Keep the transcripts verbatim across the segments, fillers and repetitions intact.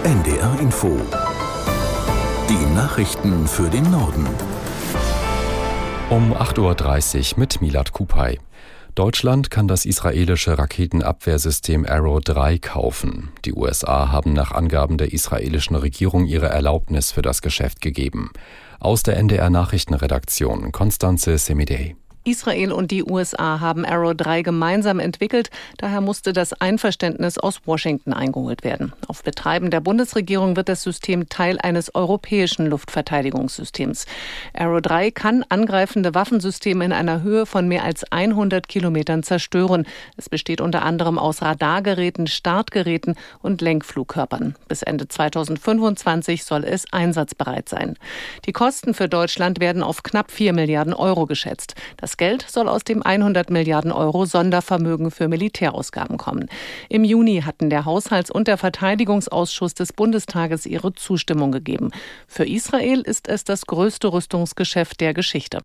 N D R Info. Die Nachrichten für den Norden. Um acht Uhr dreißig mit Milad Kupay. Deutschland kann das israelische Raketenabwehrsystem Arrow drei kaufen. Die U S A haben nach Angaben der israelischen Regierung ihre Erlaubnis für das Geschäft gegeben. Aus der N D R Nachrichtenredaktion Konstanze Semidey. Israel und die U S A haben Arrow drei gemeinsam entwickelt. Daher musste das Einverständnis aus Washington eingeholt werden. Auf Betreiben der Bundesregierung wird das System Teil eines europäischen Luftverteidigungssystems. Arrow drei kann angreifende Waffensysteme in einer Höhe von mehr als hundert Kilometern zerstören. Es besteht unter anderem aus Radargeräten, Startgeräten und Lenkflugkörpern. Bis Ende zweitausendfünfundzwanzig soll es einsatzbereit sein. Die Kosten für Deutschland werden auf knapp vier Milliarden Euro geschätzt. Das Geld soll aus dem hundert Milliarden Euro Sondervermögen für Militärausgaben kommen. Im Juni hatten der Haushalts- und der Verteidigungsausschuss des Bundestages ihre Zustimmung gegeben. Für Israel ist es das größte Rüstungsgeschäft der Geschichte.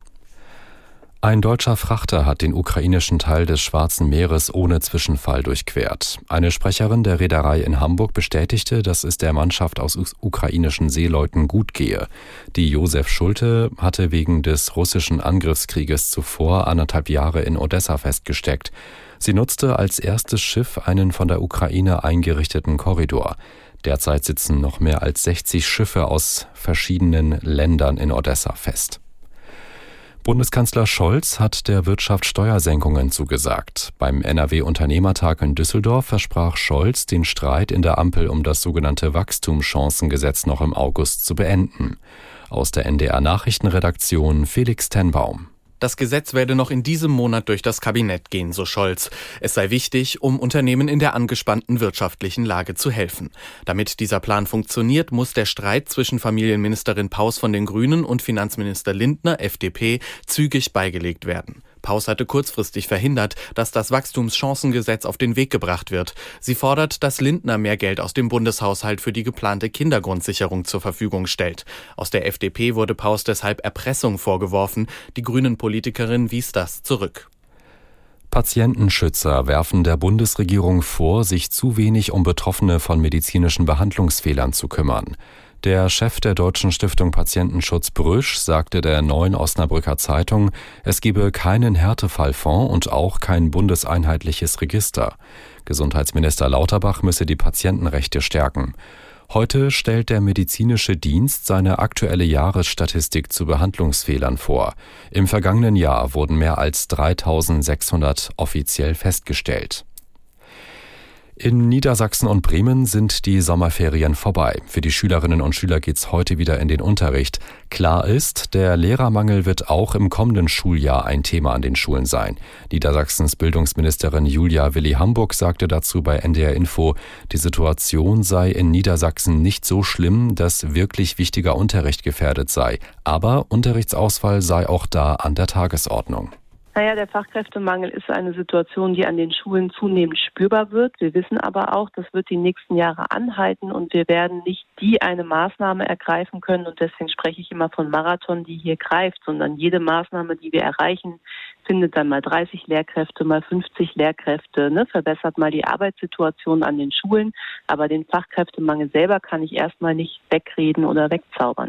Ein deutscher Frachter hat den ukrainischen Teil des Schwarzen Meeres ohne Zwischenfall durchquert. Eine Sprecherin der Reederei in Hamburg bestätigte, dass es der Mannschaft aus ukrainischen Seeleuten gut gehe. Die Josef Schulte hatte wegen des russischen Angriffskrieges zuvor anderthalb Jahre in Odessa festgesteckt. Sie nutzte als erstes Schiff einen von der Ukraine eingerichteten Korridor. Derzeit sitzen noch mehr als sechzig Schiffe aus verschiedenen Ländern in Odessa fest. Bundeskanzler Scholz hat der Wirtschaft Steuersenkungen zugesagt. Beim N R W-Unternehmertag in Düsseldorf versprach Scholz, den Streit in der Ampel um das sogenannte Wachstumschancengesetz noch im August zu beenden. Aus der N D R Nachrichtenredaktion Felix Tenbaum. Das Gesetz werde noch in diesem Monat durch das Kabinett gehen, so Scholz. Es sei wichtig, um Unternehmen in der angespannten wirtschaftlichen Lage zu helfen. Damit dieser Plan funktioniert, muss der Streit zwischen Familienministerin Paus von den Grünen und Finanzminister Lindner, F D P, zügig beigelegt werden. Paus hatte kurzfristig verhindert, dass das Wachstumschancengesetz auf den Weg gebracht wird. Sie fordert, dass Lindner mehr Geld aus dem Bundeshaushalt für die geplante Kindergrundsicherung zur Verfügung stellt. Aus der F D P wurde Paus deshalb Erpressung vorgeworfen. Die Grünen-Politikerin wies das zurück. Patientenschützer werfen der Bundesregierung vor, sich zu wenig um Betroffene von medizinischen Behandlungsfehlern zu kümmern. Der Chef der Deutschen Stiftung Patientenschutz Brüsch sagte der Neuen Osnabrücker Zeitung, es gebe keinen Härtefallfonds und auch kein bundeseinheitliches Register. Gesundheitsminister Lauterbach müsse die Patientenrechte stärken. Heute stellt der medizinische Dienst seine aktuelle Jahresstatistik zu Behandlungsfehlern vor. Im vergangenen Jahr wurden mehr als dreitausendsechshundert offiziell festgestellt. In Niedersachsen und Bremen sind die Sommerferien vorbei. Für die Schülerinnen und Schüler geht's heute wieder in den Unterricht. Klar ist, der Lehrermangel wird auch im kommenden Schuljahr ein Thema an den Schulen sein. Niedersachsens Bildungsministerin Julia Willi-Hamburg sagte dazu bei N D R Info, die Situation sei in Niedersachsen nicht so schlimm, dass wirklich wichtiger Unterricht gefährdet sei. Aber Unterrichtsausfall sei auch da an der Tagesordnung. Naja, der Fachkräftemangel ist eine Situation, die an den Schulen zunehmend spürbar wird. Wir wissen aber auch, das wird die nächsten Jahre anhalten und wir werden nicht die eine Maßnahme ergreifen können. Und deswegen spreche ich immer von Marathon, die hier greift, sondern jede Maßnahme, die wir erreichen, findet dann mal dreißig Lehrkräfte, mal fünfzig Lehrkräfte, ne, verbessert mal die Arbeitssituation an den Schulen. Aber den Fachkräftemangel selber kann ich erstmal nicht wegreden oder wegzaubern.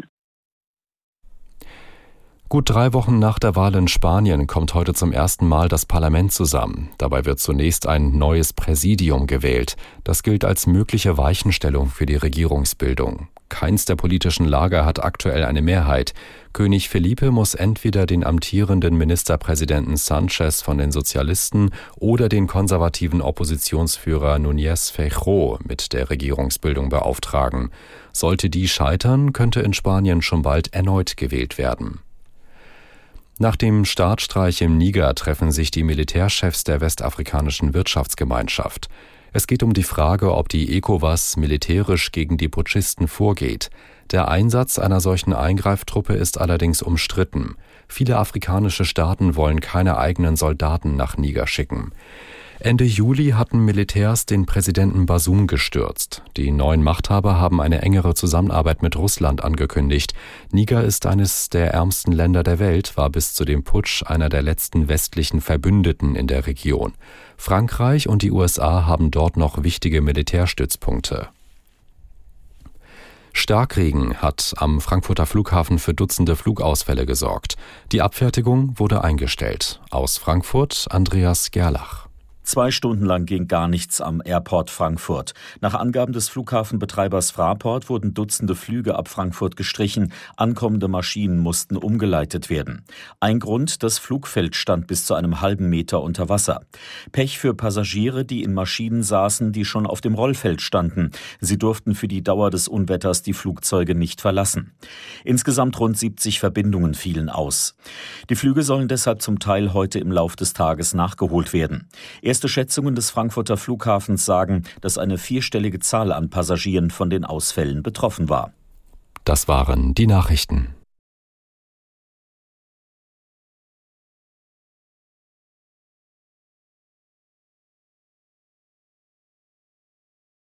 Gut drei Wochen nach der Wahl in Spanien kommt heute zum ersten Mal das Parlament zusammen. Dabei wird zunächst ein neues Präsidium gewählt. Das gilt als mögliche Weichenstellung für die Regierungsbildung. Keins der politischen Lager hat aktuell eine Mehrheit. König Felipe muss entweder den amtierenden Ministerpräsidenten Sanchez von den Sozialisten oder den konservativen Oppositionsführer Núñez Feijóo mit der Regierungsbildung beauftragen. Sollte die scheitern, könnte in Spanien schon bald erneut gewählt werden. Nach dem Staatsstreich im Niger treffen sich die Militärchefs der westafrikanischen Wirtschaftsgemeinschaft. Es geht um die Frage, ob die ECOWAS militärisch gegen die Putschisten vorgeht. Der Einsatz einer solchen Eingreiftruppe ist allerdings umstritten. Viele afrikanische Staaten wollen keine eigenen Soldaten nach Niger schicken. Ende Juli hatten Militärs den Präsidenten Bazoum gestürzt. Die neuen Machthaber haben eine engere Zusammenarbeit mit Russland angekündigt. Niger ist eines der ärmsten Länder der Welt, war bis zu dem Putsch einer der letzten westlichen Verbündeten in der Region. Frankreich und die U S A haben dort noch wichtige Militärstützpunkte. Starkregen hat am Frankfurter Flughafen für Dutzende Flugausfälle gesorgt. Die Abfertigung wurde eingestellt. Aus Frankfurt Andreas Gerlach. Zwei Stunden lang ging gar nichts am Airport Frankfurt. Nach Angaben des Flughafenbetreibers Fraport wurden Dutzende Flüge ab Frankfurt gestrichen. Ankommende Maschinen mussten umgeleitet werden. Ein Grund, das Flugfeld stand bis zu einem halben Meter unter Wasser. Pech für Passagiere, die in Maschinen saßen, die schon auf dem Rollfeld standen. Sie durften für die Dauer des Unwetters die Flugzeuge nicht verlassen. Insgesamt rund siebzig Verbindungen fielen aus. Die Flüge sollen deshalb zum Teil heute im Lauf des Tages nachgeholt werden. Erste Schätzungen des Frankfurter Flughafens sagen, dass eine vierstellige Zahl an Passagieren von den Ausfällen betroffen war. Das waren die Nachrichten.